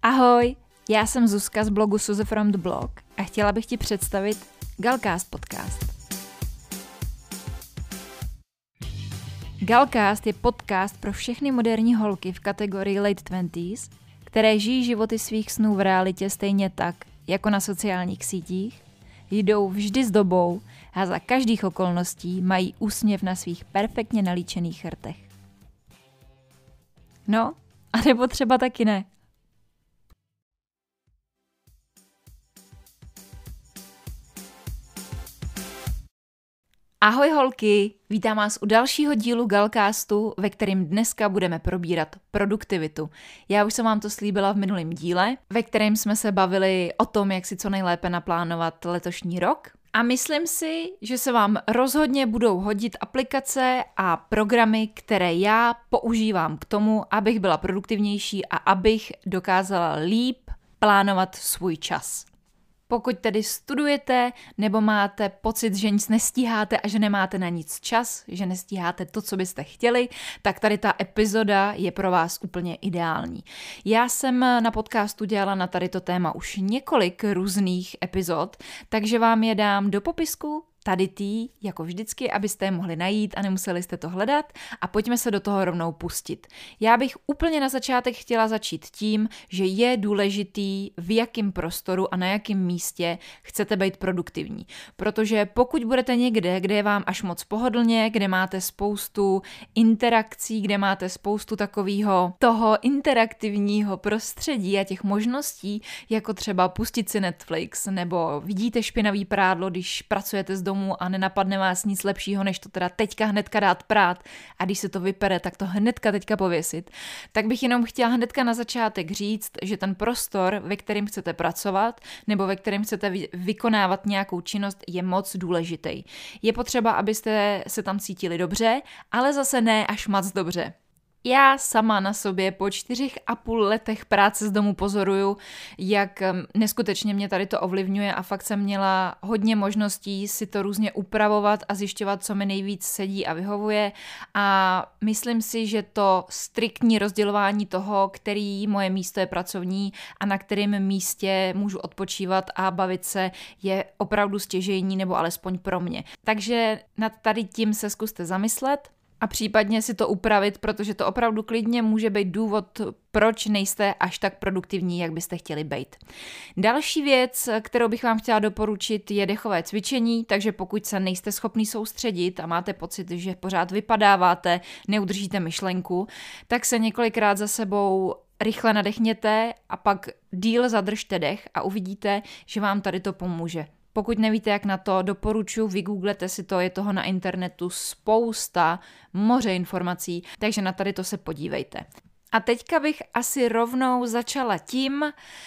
Ahoj, já jsem Zuzka z blogu Suze from the blog a chtěla bych ti představit Galcast podcast. Galcast je podcast pro všechny moderní holky v kategorii late 20s, které žijí životy svých snů v realitě stejně tak, jako na sociálních sítích, jdou vždy s dobou a za každých okolností mají úsměv na svých perfektně nalíčených rtech. No, anebo třeba taky ne. Ahoj holky, vítám vás u dalšího dílu Galcastu, ve kterém dneska budeme probírat produktivitu. Já už jsem vám to slíbila v minulém díle, ve kterém jsme se bavili o tom, jak si co nejlépe naplánovat letošní rok. A myslím si, že se vám rozhodně budou hodit aplikace a programy, které já používám k tomu, abych byla produktivnější a abych dokázala líp plánovat svůj čas. Pokud tedy studujete nebo máte pocit, že nic nestíháte a že nemáte na nic čas, že nestíháte to, co byste chtěli, tak tady ta epizoda je pro vás úplně ideální. Já jsem na podcastu dělala na tady to téma už několik různých epizod, takže vám je dám do popisku, tady jako vždycky, abyste je mohli najít a nemuseli jste to hledat a pojďme se do toho rovnou pustit. Já bych úplně na začátek chtěla začít tím, že je důležitý, v jakém prostoru a na jakém místě chcete být produktivní. Protože pokud budete někde, kde je vám až moc pohodlně, kde máte spoustu interakcí, kde máte spoustu takového toho interaktivního prostředí a těch možností, jako třeba pustit si Netflix, nebo vidíte špinavý prádlo, když pracujete z domu a nenapadne vás nic lepšího, než to teda teďka hnedka dát prát a když se to vypere, tak to hnedka teďka pověsit. Tak bych jenom chtěla hnedka na začátek říct, že ten prostor, ve kterém chcete pracovat nebo ve kterém chcete vykonávat nějakou činnost, je moc důležitý. Je potřeba, abyste se tam cítili dobře, ale zase ne až moc dobře. Já sama na sobě po 4,5 letech práce z domu pozoruju, jak neskutečně mě tady to ovlivňuje a fakt jsem měla hodně možností si to různě upravovat a zjišťovat, co mi nejvíc sedí a vyhovuje a myslím si, že to striktní rozdělování toho, který moje místo je pracovní a na kterém místě můžu odpočívat a bavit se, je opravdu stěžejní nebo alespoň pro mě. Takže nad tady tím se zkuste zamyslet a případně si to upravit, protože to opravdu klidně může být důvod, proč nejste až tak produktivní, jak byste chtěli být. Další věc, kterou bych vám chtěla doporučit, je dechové cvičení, takže pokud se nejste schopný soustředit a máte pocit, že pořád vypadáváte, neudržíte myšlenku, tak se několikrát za sebou rychle nadechněte a pak díl zadržte dech a uvidíte, že vám tady to pomůže. Pokud nevíte, jak na to, doporučuji, vygooglete si to, je toho na internetu spousta, moře informací, takže na tady to se podívejte. A teďka bych asi rovnou začala tím,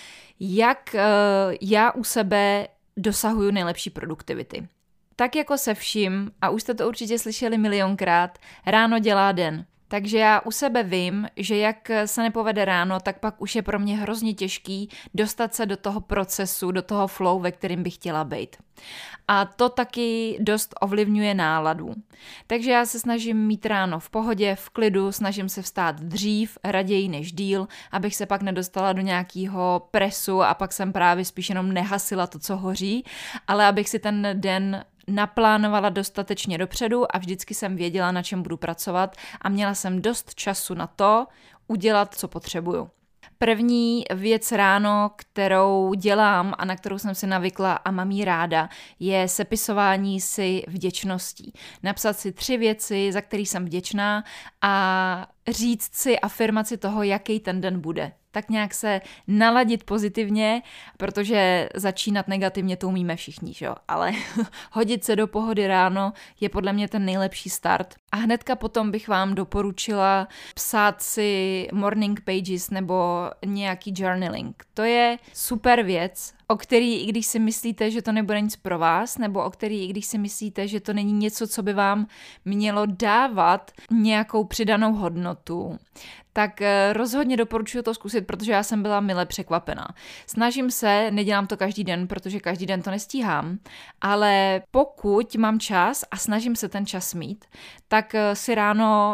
jak já u sebe dosahuju nejlepší produktivity. Tak jako se vším, a už jste to určitě slyšeli milionkrát, ráno dělá den. Takže já u sebe vím, že jak se nepovede ráno, tak pak už je pro mě hrozně těžký dostat se do toho procesu, do toho flow, ve kterým bych chtěla být. A to taky dost ovlivňuje náladu. Takže já se snažím mít ráno v pohodě, v klidu, snažím se vstát dřív, raději než díl, abych se pak nedostala do nějakého presu a pak jsem právě spíš jenom nehasila to, co hoří, ale abych si ten den naplánovala dostatečně dopředu a vždycky jsem věděla, na čem budu pracovat a měla jsem dost času na to udělat, co potřebuju. První věc ráno, kterou dělám a na kterou jsem si navykla a mám jí ráda, je sepisování si vděčností. Napsat si 3 věci, za které jsem vděčná a říct si afirmaci toho, jaký ten den bude. Tak nějak se naladit pozitivně, protože začínat negativně to umíme všichni, že jo? Ale hodit se do pohody ráno je podle mě ten nejlepší start. A hnedka potom bych vám doporučila psát si morning pages nebo nějaký journaling. To je super věc, o který, i když si myslíte, že to nebude nic pro vás, nebo o který, i když si myslíte, že to není něco, co by vám mělo dávat nějakou přidanou hodnotu, tak rozhodně doporučuji to zkusit, protože já jsem byla mile překvapená. Snažím se, nedělám to každý den, protože každý den to nestíhám, ale pokud mám čas a snažím se ten čas mít, tak si ráno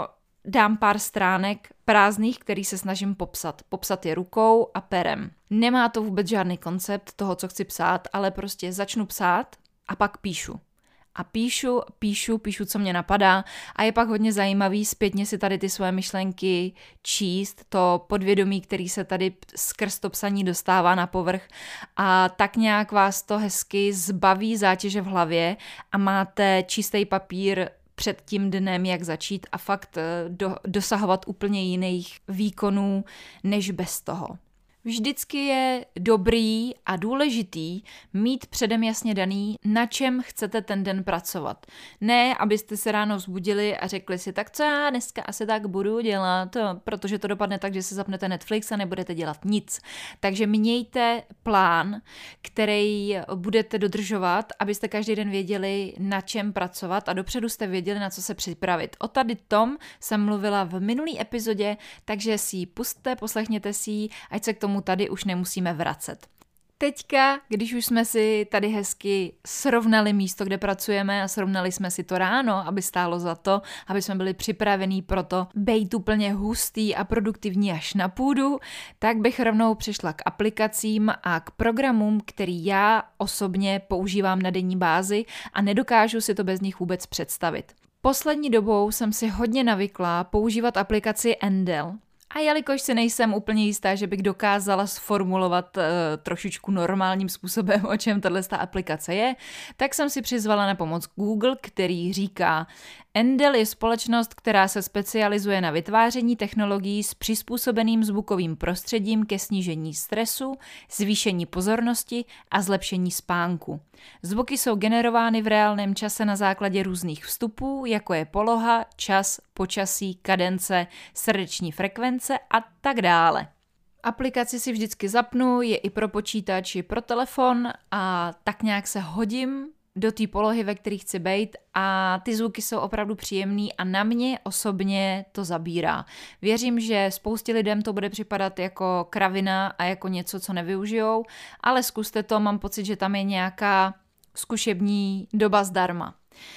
dám pár stránek prázdných, který se snažím popsat. Popsat je rukou a perem. Nemá to vůbec žádný koncept toho, co chci psát, ale prostě začnu psát a pak píšu. A píšu, co mě napadá a je pak hodně zajímavý zpětně si tady ty svoje myšlenky číst, to podvědomí, který se tady skrz to psaní dostává na povrch a tak nějak vás to hezky zbaví zátěže v hlavě a máte čistý papír před tím dnem, jak začít a fakt dosahovat úplně jiných výkonů, než bez toho. Vždycky je dobrý a důležitý mít předem jasně daný, na čem chcete ten den pracovat. Ne, abyste se ráno vzbudili a řekli si, tak co já dneska asi tak budu dělat, protože to dopadne tak, že se zapnete Netflix a nebudete dělat nic. Takže mějte plán, který budete dodržovat, abyste každý den věděli, na čem pracovat a dopředu jste věděli, na co se připravit. O tady tom jsem mluvila v minulý epizodě, takže si ji pusťte, poslechněte si ji, ať se k tomu tady už nemusíme vracet. Teďka, když už jsme si tady hezky srovnali místo, kde pracujeme a srovnali jsme si to ráno, aby stálo za to, aby jsme byli připravení pro to bejt úplně hustý a produktivní až na půdu, tak bych rovnou přešla k aplikacím a k programům, který já osobně používám na denní bázi a nedokážu si to bez nich vůbec představit. Poslední dobou jsem si hodně navykla používat aplikaci Endel. A jelikož si nejsem úplně jistá, že bych dokázala sformulovat trošičku normálním způsobem, o čem tato aplikace je, tak jsem si přizvala na pomoc Google, který říká: Endel je společnost, která se specializuje na vytváření technologií s přizpůsobeným zvukovým prostředím ke snížení stresu, zvýšení pozornosti a zlepšení spánku. Zvuky jsou generovány v reálném čase na základě různých vstupů, jako je poloha, čas, počasí, kadence, srdeční frekvence a tak dále. Aplikaci si vždycky zapnu, je i pro počítač, i pro telefon a tak nějak se hodím do té polohy, ve které chci bejt a ty zvuky jsou opravdu příjemný a na mě osobně to zabírá. Věřím, že spoustě lidem to bude připadat jako kravina a jako něco, co nevyužijou, ale zkuste to, mám pocit, že tam je nějaká zkušební doba zdarma.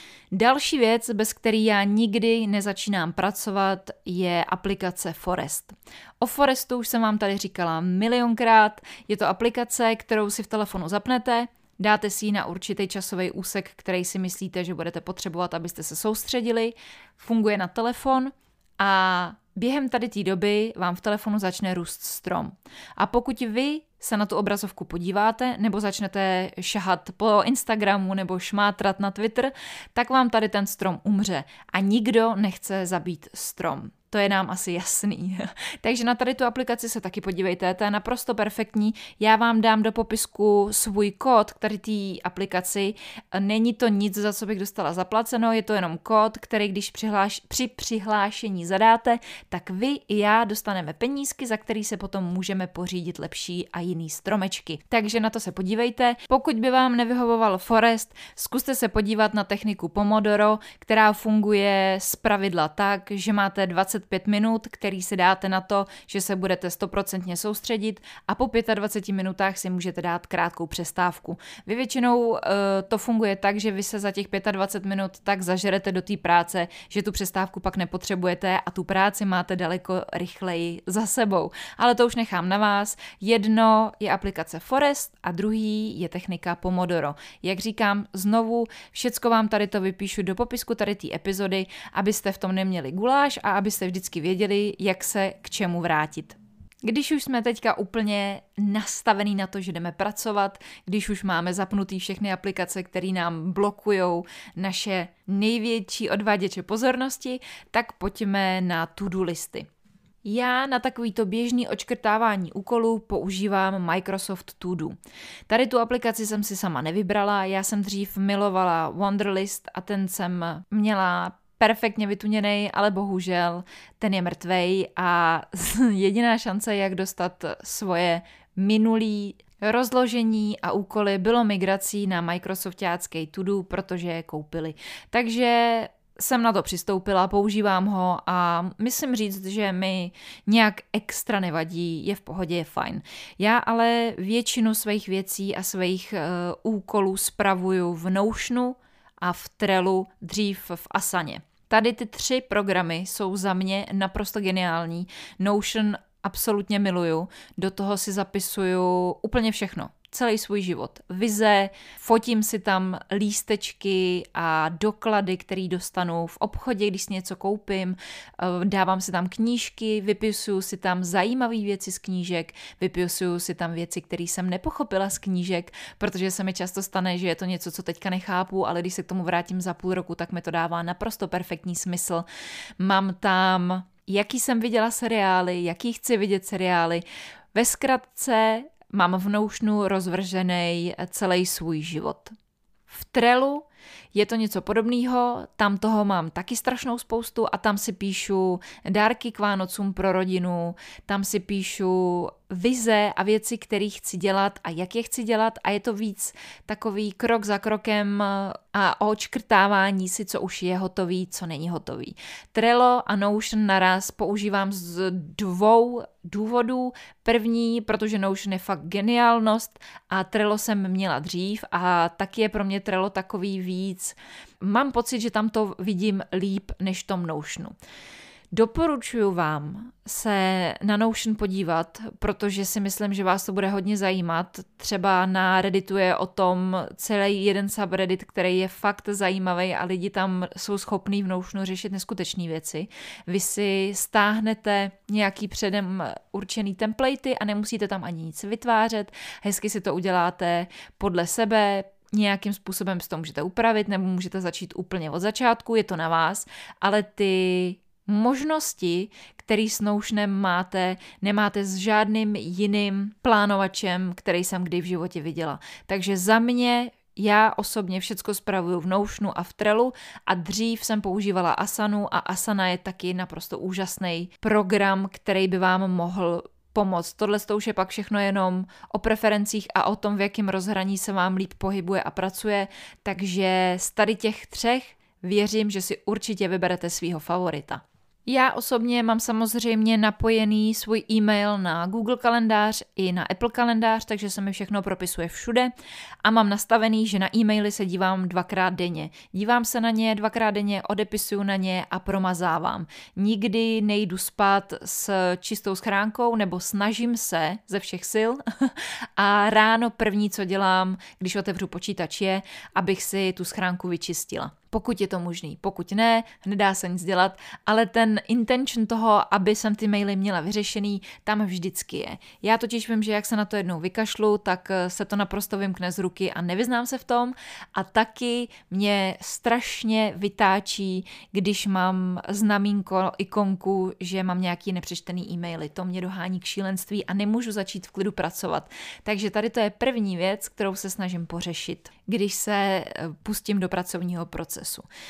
Další věc, bez který já nikdy nezačínám pracovat, je aplikace Forest. O Forestu už jsem vám tady říkala milionkrát, je to aplikace, kterou si v telefonu zapnete, dáte si ji na určitý časový úsek, který si myslíte, že budete potřebovat, abyste se soustředili, funguje na telefon a během tady té doby vám v telefonu začne růst strom. A pokud vy se na tu obrazovku podíváte nebo začnete šahat po Instagramu nebo šmátrat na Twitter, tak vám tady ten strom umře a nikdo nechce zabít strom. To je nám asi jasný. Takže na tady tu aplikaci se taky podívejte, to je naprosto perfektní. Já vám dám do popisku svůj kód k tady té aplikaci. Není to nic, za co bych dostala zaplaceno, je to jenom kód, který když při přihlášení zadáte, tak vy i já dostaneme penízky, za který se potom můžeme pořídit lepší a jiný stromečky. Takže na to se podívejte. Pokud by vám nevyhovoval Forest, zkuste se podívat na techniku Pomodoro, která funguje zpravidla tak, že máte 25 minut, který si dáte na to, že se budete 100% soustředit a po 25 minutách si můžete dát krátkou přestávku. Vy většinou to funguje tak, že vy se za těch 25 minut tak zažerete do té práce, že tu přestávku pak nepotřebujete a tu práci máte daleko rychleji za sebou. Ale to už nechám na vás. Jedno je aplikace Forest a druhý je technika Pomodoro. Jak říkám znovu, všecko vám tady to vypíšu do popisku tady té epizody, abyste v tom neměli guláš a abyste vždycky věděli, jak se k čemu vrátit. Když už jsme teďka úplně nastavený na to, že jdeme pracovat, když už máme zapnutý všechny aplikace, které nám blokujou naše největší odváděče pozornosti, tak pojďme na to-do listy. Já na takovýto běžný odškrtávání úkolů používám Microsoft To Do. Tady tu aplikaci jsem si sama nevybrala, já jsem dřív milovala Wunderlist a ten jsem měla perfektně vytuněnej, ale bohužel ten je mrtvej a jediná šance, jak dostat svoje minulý rozložení a úkoly, bylo migrací na Microsoftácký To Do, protože je koupili. Takže jsem na to přistoupila, používám ho a myslím říct, že mi nějak extra nevadí, je v pohodě, je fajn. Já ale většinu svých věcí a svých úkolů spravuju v Notionu a v Trellu, dřív v Asaně. Tady ty 3 programy jsou za mě naprosto geniální. Notion absolutně miluju, do toho si zapisuju úplně všechno. Celý svůj život. Vize, fotím si tam lístečky a doklady, které dostanu v obchodě, když si něco koupím, dávám si tam knížky, vypisuju si tam zajímavé věci z knížek, vypisuju si tam věci, které jsem nepochopila z knížek, protože se mi často stane, že je to něco, co teďka nechápu, ale když se k tomu vrátím za půl roku, tak mi to dává naprosto perfektní smysl. Mám tam, jaký jsem viděla seriály, jaký chci vidět seriály. Ve zkratce mám v Notionu rozvržený celý svůj život. V Trellu je to něco podobného, tam toho mám taky strašnou spoustu a tam si píšu dárky k Vánocům pro rodinu, tam si píšu vize a věci, které chci dělat a jak je chci dělat a je to víc takový krok za krokem a odškrtávání si, co už je hotový, co není hotový. Trello a Notion naraz používám z 2 důvodů. První, protože Notion je fakt geniálnost a Trello jsem měla dřív a taky je pro mě Trello takový víc. Mám pocit, že tam to vidím líp než v tom Notionu. Doporučuji vám se na Notion podívat, protože si myslím, že vás to bude hodně zajímat. Třeba na Redditu je o tom celý jeden subreddit, který je fakt zajímavý a lidi tam jsou schopní v Notionu řešit neskutečné věci. Vy si stáhnete nějaký předem určený templatey a nemusíte tam ani nic vytvářet. Hezky si to uděláte podle sebe, nějakým způsobem si to můžete upravit nebo můžete začít úplně od začátku, je to na vás, ale ty možnosti, který s Notionem máte, nemáte s žádným jiným plánovačem, který jsem kdy v životě viděla. Takže za mě, já osobně všecko spravuju v Notionu a v Trellu a dřív jsem používala Asanu a Asana je taky naprosto úžasný program, který by vám mohl pomoct. Tohle to už je pak všechno jenom o preferencích a o tom, v jakém rozhraní se vám líp pohybuje a pracuje, takže z tady těch 3 věřím, že si určitě vyberete svýho favorita. Já osobně mám samozřejmě napojený svůj e-mail na Google kalendář i na Apple kalendář, takže se mi všechno propisuje všude a mám nastavený, že na e-maily se dívám 2krát denně. Dívám se na ně 2krát denně, odepisuju na ně a promazávám. Nikdy nejdu spát s čistou schránkou nebo snažím se ze všech sil a ráno první, co dělám, když otevřu počítač je, abych si tu schránku vyčistila. Pokud je to možný, pokud ne, nedá se nic dělat, ale ten intention toho, aby jsem ty maily měla vyřešený, tam vždycky je. Já totiž vím, že jak se na to jednou vykašlu, tak se to naprosto vymkne z ruky a nevyznám se v tom a taky mě strašně vytáčí, když mám znamínko, ikonku, že mám nějaký nepřečtený e-maily. To mě dohání k šílenství a nemůžu začít v klidu pracovat. Takže tady to je první věc, kterou se snažím pořešit, když se pustím do pracovního procesu.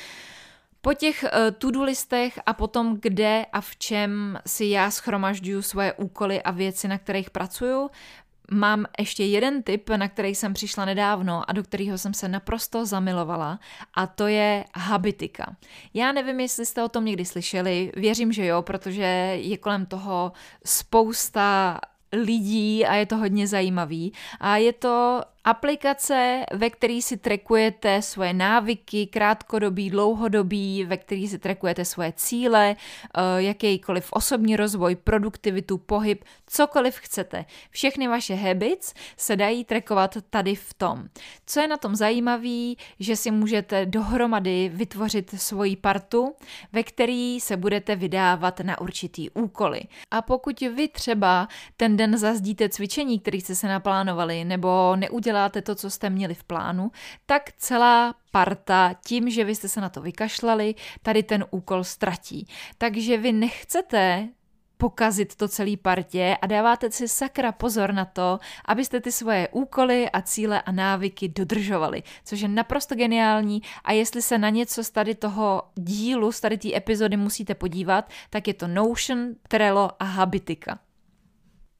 Po těch to-do listech a potom kde a v čem si já shromažďuju svoje úkoly a věci, na kterých pracuju, mám ještě jeden tip, na který jsem přišla nedávno a do kterého jsem se naprosto zamilovala a to je Habitika. Já nevím, jestli jste o tom někdy slyšeli, věřím, že jo, protože je kolem toho spousta lidí a je to hodně zajímavý a je to aplikace, ve které si trackujete svoje návyky, krátkodobí, dlouhodobí, ve které si trackujete svoje cíle, jakýkoliv osobní rozvoj, produktivitu, pohyb, cokoliv chcete. Všechny vaše habits se dají trackovat tady v tom. Co je na tom zajímavé, že si můžete dohromady vytvořit svoji partu, ve který se budete vydávat na určitý úkoly. A pokud vy třeba ten den zazdíte cvičení, který jste se naplánovali, nebo neuděláte to, co jste měli v plánu, tak celá parta tím, že vy jste se na to vykašlali, tady ten úkol ztratí. Takže vy nechcete pokazit to celý partě a dáváte si sakra pozor na to, abyste ty svoje úkoly a cíle a návyky dodržovali, což je naprosto geniální a jestli se na něco z tady toho dílu, z tady té epizody musíte podívat, tak je to Notion, Trello a Habitika.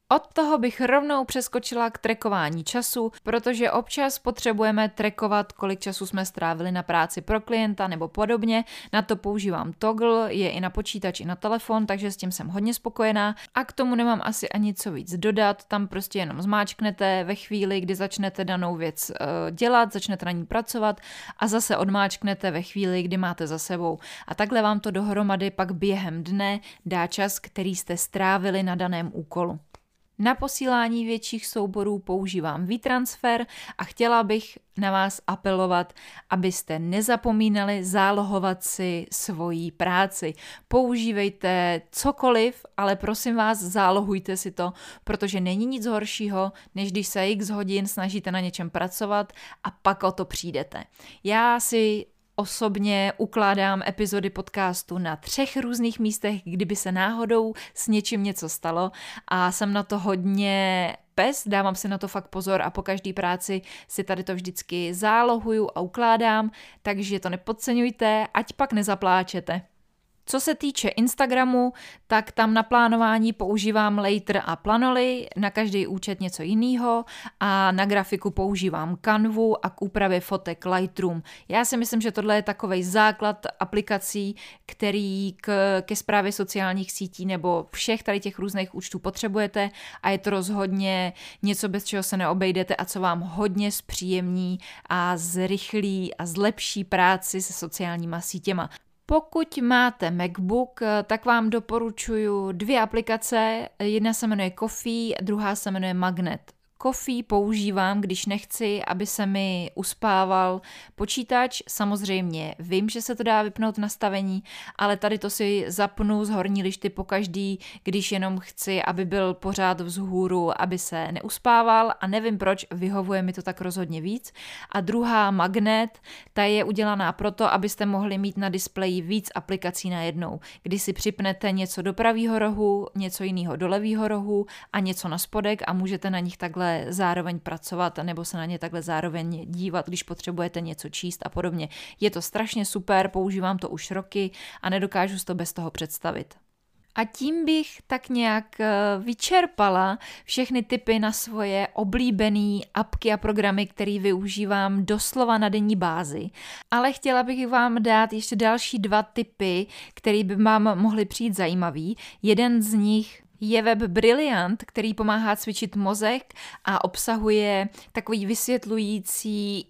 Od toho bych rovnou přeskočila k trackování času, protože občas potřebujeme trackovat, kolik času jsme strávili na práci pro klienta nebo podobně. Na to používám Toggl, je i na počítač, i na telefon, takže s tím jsem hodně spokojená. A k tomu nemám asi ani co víc dodat, tam prostě jenom zmáčknete ve chvíli, kdy začnete danou věc dělat, začnete na ní pracovat a zase odmáčknete ve chvíli, kdy máte za sebou. A takhle vám to dohromady pak během dne dá čas, který jste strávili na daném úkolu. Na posílání větších souborů používám WeTransfer a chtěla bych na vás apelovat, abyste nezapomínali zálohovat si svoji práci. Používejte cokoliv, ale prosím vás, zálohujte si to, protože není nic horšího, než když se x hodin snažíte na něčem pracovat a pak o to přijdete. Já si osobně ukládám epizody podcastu na 3 různých místech, kdyby se náhodou s něčím něco stalo a jsem na to hodně dávám si na to fakt pozor a po každý práci si tady to vždycky zálohuju a ukládám, takže to nepodceňujte, ať pak nezapláčete. Co se týče Instagramu, tak tam na plánování používám Later a Planoly, na každý účet něco jiného a na grafiku používám Canvu a k úpravě fotek Lightroom. Já si myslím, že tohle je takovej základ aplikací, který ke správě sociálních sítí nebo všech tady těch různých účtů potřebujete a je to rozhodně něco, bez čeho se neobejdete a co vám hodně zpříjemní a zrychlí a zlepší práci se sociálníma sítěma. Pokud máte MacBook, tak vám doporučuji 2 aplikace. Jedna se jmenuje Coffee, druhá se jmenuje Magnet. Coffee používám, když nechci, aby se mi uspával počítač. Samozřejmě vím, že se to dá vypnout v nastavení, ale tady to si zapnu z horní lišty pokaždý, když jenom chci, aby byl pořád vzhůru, aby se neuspával a nevím proč, vyhovuje mi to tak rozhodně víc. A druhá Magnet, ta je udělaná proto, abyste mohli mít na displeji víc aplikací najednou. Kdy si připnete něco do pravýho rohu, něco jiného do levýho rohu a něco na spodek a můžete na nich takhle zároveň pracovat nebo se na ně takhle zároveň dívat, když potřebujete něco číst a podobně. Je to strašně super, používám to už roky a nedokážu si to bez toho představit. A tím bych tak nějak vyčerpala všechny tipy na svoje oblíbené apky a programy, které využívám doslova na denní bázi. Ale chtěla bych vám dát ještě další 2 tipy, které by vám mohly přijít zajímavý. Jeden z nich je web Brilliant, který pomáhá cvičit mozek a obsahuje takový vysvětlující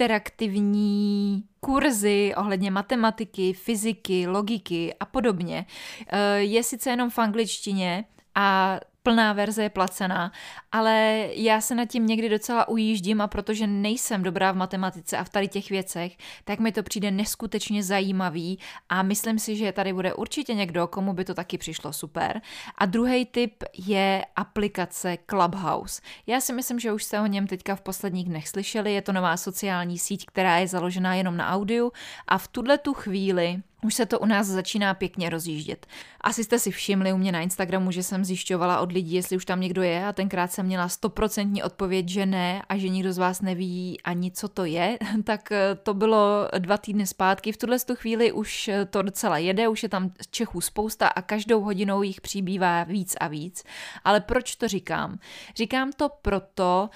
interaktivní kurzy ohledně matematiky, fyziky, logiky a podobně. Je sice jenom v angličtině a plná verze je placená, ale já se nad tím někdy docela ujíždím a protože nejsem dobrá v matematice a v tady těch věcech, tak mi to přijde neskutečně zajímavý a myslím si, že tady bude určitě někdo, komu by to taky přišlo super. A druhý tip je aplikace Clubhouse. Já si myslím, že už jste o něm teďka v posledních dnech slyšeli, je to nová sociální síť, která je založená jenom na audiu a v tu chvíli už se to u nás začíná pěkně rozjíždět. Asi jste si všimli u mě na Instagramu, že jsem zjišťovala od lidí, jestli už tam někdo je a tenkrát jsem měla 100% odpověď, že ne a že nikdo z vás neví ani co to je, tak to bylo 2 týdny zpátky. V tuhle chvíli už to docela jede, už je tam Čechů spousta a každou hodinou jich přibývá víc a víc. Ale proč to říkám? Říkám to proto,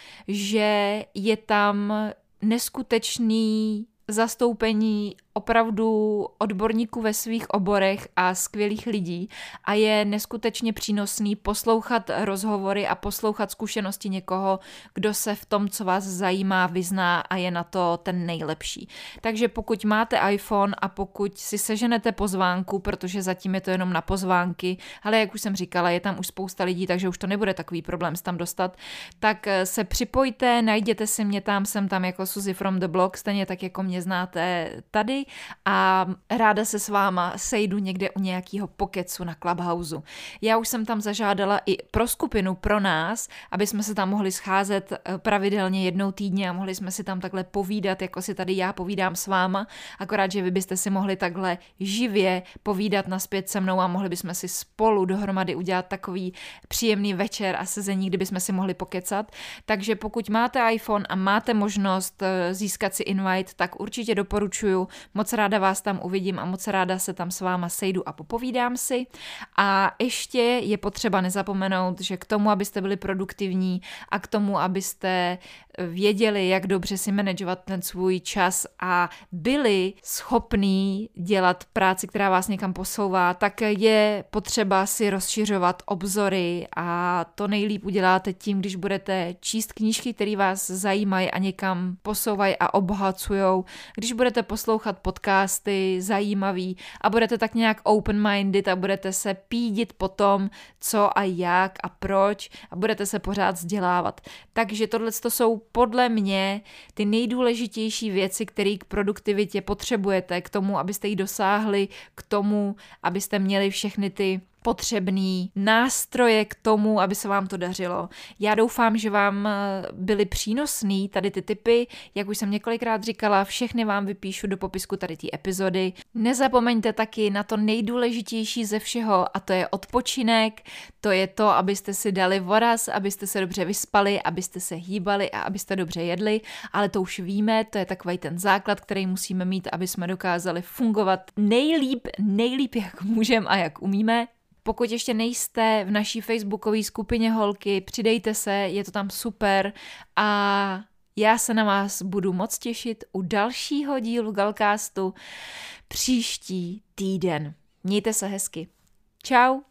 že je tam neskutečný zastoupení opravdu odborníků ve svých oborech a skvělých lidí a je neskutečně přínosný poslouchat rozhovory a poslouchat zkušenosti někoho, kdo se v tom, co vás zajímá, vyzná a je na to ten nejlepší. Takže pokud máte iPhone a pokud si seženete pozvánku, protože zatím je to jenom na pozvánky, ale jak už jsem říkala, je tam už spousta lidí, takže už to nebude takový problém se tam dostat, tak se připojte, najděte si mě tam, jsem tam jako Suzy from the blog, stejně tak jako mě znáte tady a ráda se s váma sejdu někde u nějakého pokecu na Clubhouse. Já už jsem tam zažádala i pro skupinu pro nás, aby jsme se tam mohli scházet pravidelně jednou týdně a mohli jsme si tam takhle povídat, jako si tady já povídám s váma, akorát, že vy byste si mohli takhle živě povídat nazpět se mnou a mohli bychom si spolu dohromady udělat takový příjemný večer a sezení, kdy bychom si mohli pokecat. Takže pokud máte iPhone a máte možnost získat si invite, tak určitě doporučuju. Moc ráda vás tam uvidím a moc ráda se tam s váma sejdu a popovídám si. A ještě je potřeba nezapomenout, že k tomu, abyste byli produktivní a k tomu, abyste věděli, jak dobře si manažovat ten svůj čas a byli schopní dělat práci, která vás někam posouvá, tak je potřeba si rozšiřovat obzory a to nejlíp uděláte tím, když budete číst knížky, které vás zajímají a někam posouvají a obohacujou, když budete poslouchat podcasty zajímavý a budete tak nějak open-minded a budete se pídit po tom, co a jak a proč a budete se pořád vzdělávat. Takže tohle jsou podle mě ty nejdůležitější věci, které k produktivitě potřebujete, k tomu, abyste ji dosáhli, k tomu, abyste měli všechny ty potřebný nástroje k tomu, aby se vám to dařilo. Já doufám, že vám byly přínosný tady ty tipy, jak už jsem několikrát říkala, všechny vám vypíšu do popisku tady té epizody. Nezapomeňte taky na to nejdůležitější ze všeho a to je odpočinek, to je to, abyste si dali voraz, abyste se dobře vyspali, abyste se hýbali a abyste dobře jedli, ale to už víme, to je takový ten základ, který musíme mít, aby jsme dokázali fungovat nejlíp jak můžeme a jak umíme. Pokud ještě nejste v naší facebookové skupině holky, přidejte se, je to tam super a já se na vás budu moc těšit u dalšího dílu Galcastu příští týden. Mějte se hezky. Čau.